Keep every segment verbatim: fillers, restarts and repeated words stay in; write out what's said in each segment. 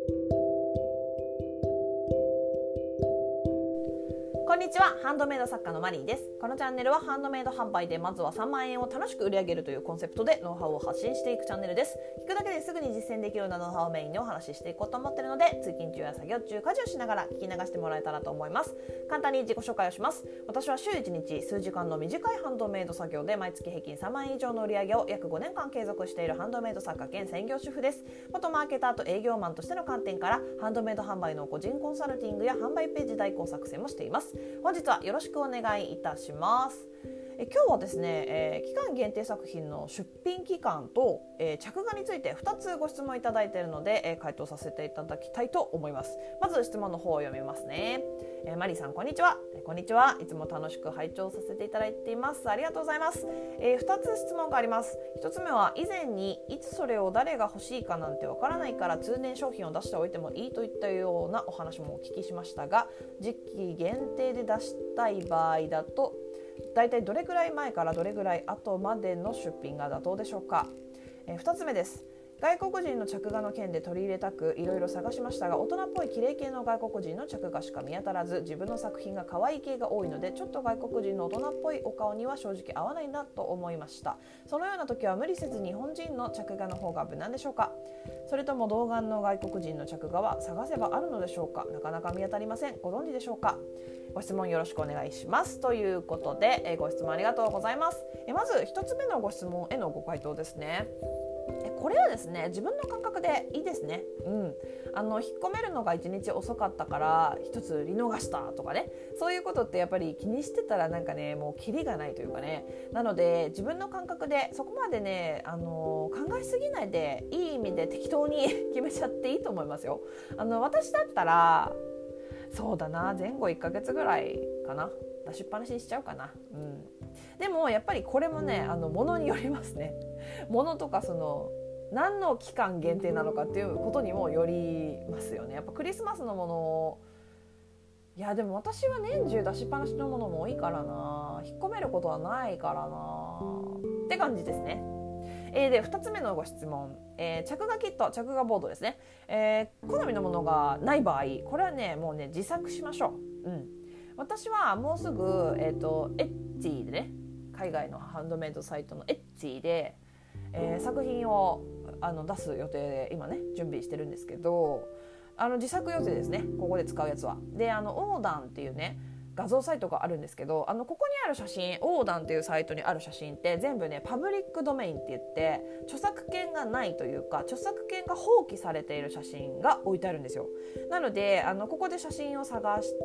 こんにちは、ハンドメイド作家のマリーです。このチャンネルはハンドメイド販売でまずはさんまんえんを楽しく売り上げるというコンセプトでノウハウを発信していくチャンネルです。聞くだけですぐに実践できるようなノウハウをメインにお話ししていこうと思っているので、通勤中や作業中、家事をしながら聞き流してもらえたらと思います。簡単に自己紹介をします。私は週いちにち数時間の短いハンドメイド作業で毎月平均さんまんえん以上の売り上げを約ごねんかん継続しているハンドメイド作家兼専業主婦です。元マーケターと営業マンとしての観点からハンドメイド販売の個人コンサルティングや販売ページ代行作成もしています。本日はよろしくお願いいたします。え今日はですね、えー、期間限定作品の出品期間と、えー、着画についてふたつご質問いただいているので、えー、回答させていただきたいと思います。まず質問の方を読みますね。えー、マリーさんこんにちは。こんにちは。いつも楽しく拝聴させていただいています。ありがとうございます。えー、ふたつ質問があります。ひとつめは以前にいつそれを誰が欲しいかなんてわからないから通年商品を出しておいてもいいといったようなお話もお聞きしましたが、時期限定で出したい場合だとだいたいどれくらい前からどれくらい後までの出品が妥当でしょうか。えー、ふたつめです。外国人の着画の件で取り入れたくいろいろ探しましたが、大人っぽい綺麗系の外国人の着画しか見当たらず、自分の作品が可愛い系が多いのでちょっと外国人の大人っぽいお顔には正直合わないなと思いました。そのような時は無理せず日本人の着画の方が無難でしょうか。それとも童顔の外国人の着画は探せばあるのでしょうか。なかなか見当たりません。ご存知でしょうか。ご質問よろしくお願いしますということで、えご質問ありがとうございます。えまずひとつめのご質問へのご回答ですね。これはですね、自分の感覚でいいですね。うん、あの引っ込めるのがいちにち遅かったから一つ売り逃したとかね、そういうことってやっぱり気にしてたらなんかね、もうキリがないというかね。なので自分の感覚でそこまでね、あの考えすぎないで、いい意味で適当に決めちゃっていいと思いますよ。あの私だったらそうだな、前後いっかげつぐらいかな、出しっぱなしにしちゃうかな。うん、でもやっぱりこれもね、あの物によりますね。物とかその何の期間限定なのかっていうことにもよりますよね。やっぱクリスマスのものを、いやでも私は年中出しっぱなしのものも多いからな、引っ込めることはないからなって感じですね。えー、でふたつめのご質問、えー、着画キット、着画ボードですね。えー、好みのものがない場合、これはねもうね自作しましょう。うん、私はもうすぐ、えーと、エッチーでね、海外のハンドメイドサイトのエッチーで、えー、作品をあの出す予定で今ね準備してるんですけど、あの自作予定ですね、ここで使うやつは。で、あのオーダンっていうね画像サイトがあるんですけど、あのここにある写真、オーダンっていうサイトにある写真って全部ねパブリックドメインって言って、著作権がないというか著作権が放棄されている写真が置いてあるんですよ。なのであのここで写真を探して、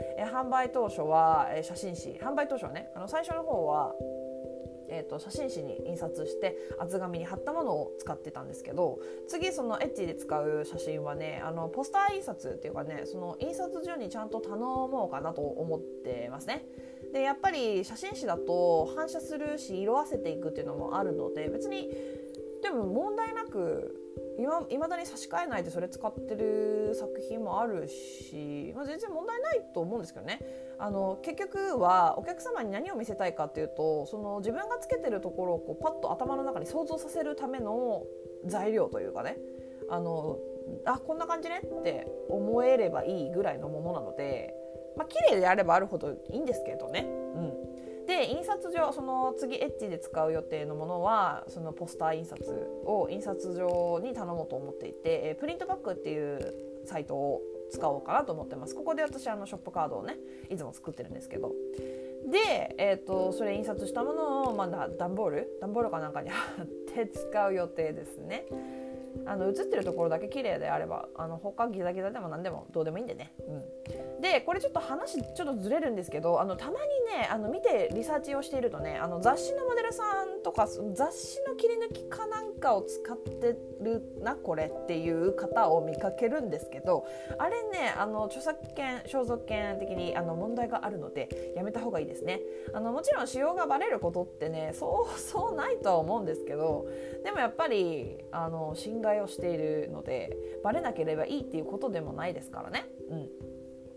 え販売当初は、え写真誌、販売当初はね、あの最初の方はえー、と写真誌に印刷して厚紙に貼ったものを使ってたんですけど、次そのエッチで使う写真はね、あのポスター印刷っていうかね、その印刷所にちゃんと頼もうかなと思ってますね。でやっぱり写真誌だと反射するし色あせていくっていうのもあるので、別にでも問題なくいまだに差し替えないでそれ使ってる作品もあるし、まあ、全然問題ないと思うんですけどね。あの結局はお客様に何を見せたいかっていうと、その自分がつけてるところをこうパッと頭の中に想像させるための材料というかね、あのあこんな感じねって思えればいいぐらいのものなので、まあ綺麗であればあるほどいいんですけどね。うん、で印刷所、その次エッチで使う予定のものはそのポスター印刷を印刷所に頼もうと思っていて、プリントバックっていうサイトを使おうかなと思ってます。ここで私あのショップカードをねいつも作ってるんですけど、で、えー、とそれ印刷したものを、まあ、段ボール段ボールかなんかに貼って使う予定ですね。あの写ってるところだけ綺麗であれば、あの他ギザギザでも何でもどうでもいいんでね。うん、でこれちょっと話ちょっとずれるんですけど、あのたまにねあの見てリサーチをしているとね、あの雑誌のモデルさんとか雑誌の切り抜きかなんかを使ってるなこれっていう方を見かけるんですけど、あれねあの著作権肖像権的にあの問題があるのでやめた方がいいですね。あのもちろん使用がバレることってねそうそうないとは思うんですけど、でもやっぱりあの侵害をしているのでバレなければいいっていうことでもないですからね。うん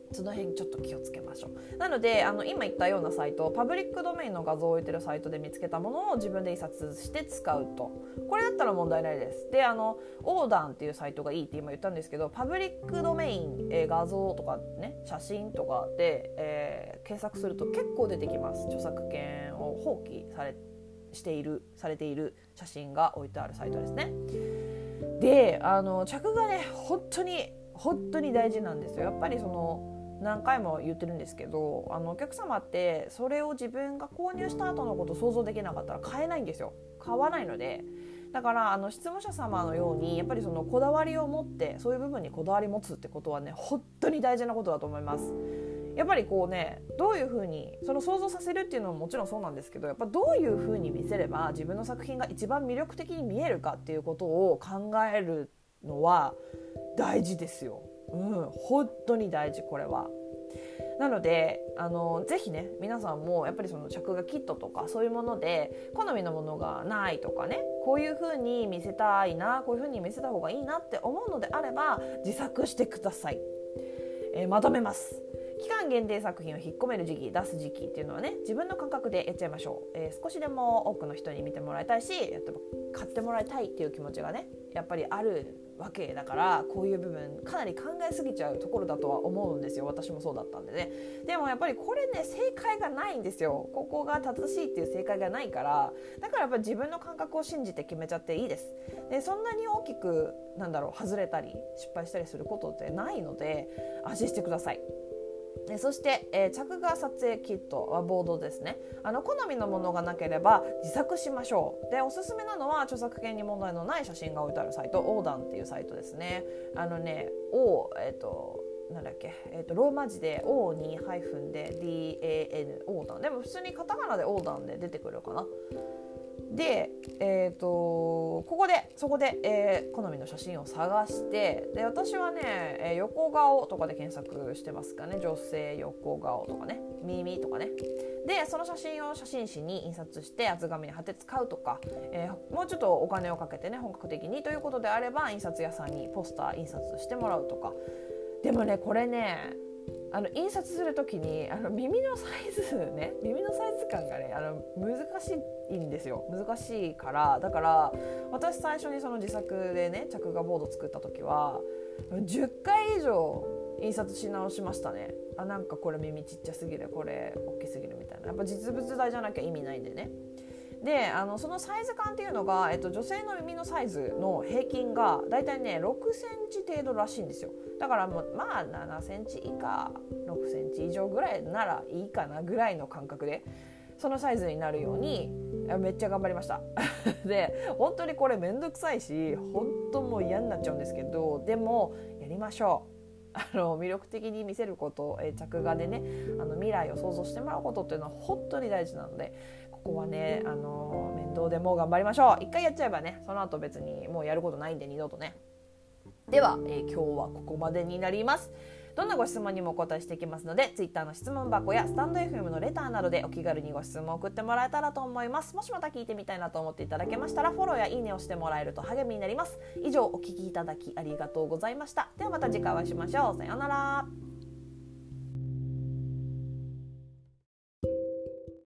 その辺ちょっと気をつけましょう。なのであの今言ったようなサイト、パブリックドメインの画像を置いてるサイトで見つけたものを自分で印刷して使うと、これだったら問題ないです。であのオーダンっていうサイトがいいって今言ったんですけど、パブリックドメイン、えー、画像とかね、写真とかで、えー、検索すると結構出てきます。著作権を放棄されしているされている写真が置いてあるサイトですね。であの着がね本当に本当に大事なんですよ。やっぱりその何回も言ってるんですけど、あのお客様ってそれを自分が購入した後のことを想像できなかったら買えないんですよ。買わないので、だからあの質問者様のようにやっぱりそのこだわりを持って、そういう部分にこだわり持つってことはね本当に大事なことだと思います。やっぱりこうね、どういう風にその想像させるっていうのももちろんそうなんですけど、やっぱどういう風に見せれば自分の作品が一番魅力的に見えるかっていうことを考えるのは大事ですよ。うん、本当に大事、これは。なのであのぜひね、皆さんもやっぱりその着画キットとかそういうもので好みのものがないとかね、こういう風に見せたいな、こういう風に見せた方がいいなって思うのであれば自作してください。えー、まとめます。期間限定作品を引っ込める時期、出す時期っていうのはね、自分の感覚でやっちゃいましょう。えー、少しでも多くの人に見てもらいたいし、やっぱ買ってもらいたいっていう気持ちがねやっぱりあるわけだから、こういう部分かなり考えすぎちゃうところだとは思うんですよ。私もそうだったんでね。でもやっぱりこれね正解がないんですよ。ここが正しいっていう正解がないから、だからやっぱり自分の感覚を信じて決めちゃっていいです。でそんなに大きくなんだろう外れたり失敗したりすることってないので安心してください。そして、えー、着画撮影キットはボードですね。あの好みのものがなければ自作しましょう。でおすすめなのは著作権に問題のない写真が置いてあるサイト、オーダンっていうサイトですね。あのね、O、えっ、ー、となんだっけ、えー、とローマ字で オーにハイフンで ディーエーエヌ オーダン。でも普通にカタカナでオーダンで出てくるかな。で、えー、とここでそこで、えー、好みの写真を探して、で私はね、えー、横顔とかで検索してますかね。女性横顔とかね、耳とかね。でその写真を写真誌に印刷して厚紙に貼って使うとか、えー、もうちょっとお金をかけてね本格的にということであれば印刷屋さんにポスター印刷してもらうとか。でもねこれねあの印刷するときにあの耳のサイズね耳のサイズ感がねあの難しいんですよ。難しいから、だから私最初にその自作でね着画ボード作った時はじゅっかい以上印刷し直しましたね。あなんかこれ耳ちっちゃすぎる、これ大きすぎるみたいな。やっぱ実物大じゃなきゃ意味ないんでね。であのそのサイズ感っていうのが、えっと、女性の耳のサイズの平均がだいたいねろくセンチ程度らしいんですよ。だからもうまあななセンチ以下ろくセンチ以上ぐらいならいいかなぐらいの感覚でそのサイズになるようにめっちゃ頑張りましたで本当にこれめんどくさいし本当もう嫌になっちゃうんですけど、でもやりましょう。あの魅力的に見せること、え着画でねあの未来を想像してもらうことっていうのは本当に大事なので、ここはねあの面倒でも頑張りましょう。一回やっちゃえばねその後別にもうやることないんで二度とね。では、えー、今日はここまでになります。どんなご質問にもお答えしていきますので Twitter の質問箱やスタンド エフエム のレターなどでお気軽にご質問を送ってもらえたらと思います。もしまた聞いてみたいなと思っていただけましたらフォローやいいねをしてもらえると励みになります。以上お聞きいただきありがとうございました。ではまた次回お会いしましょう。さようなら。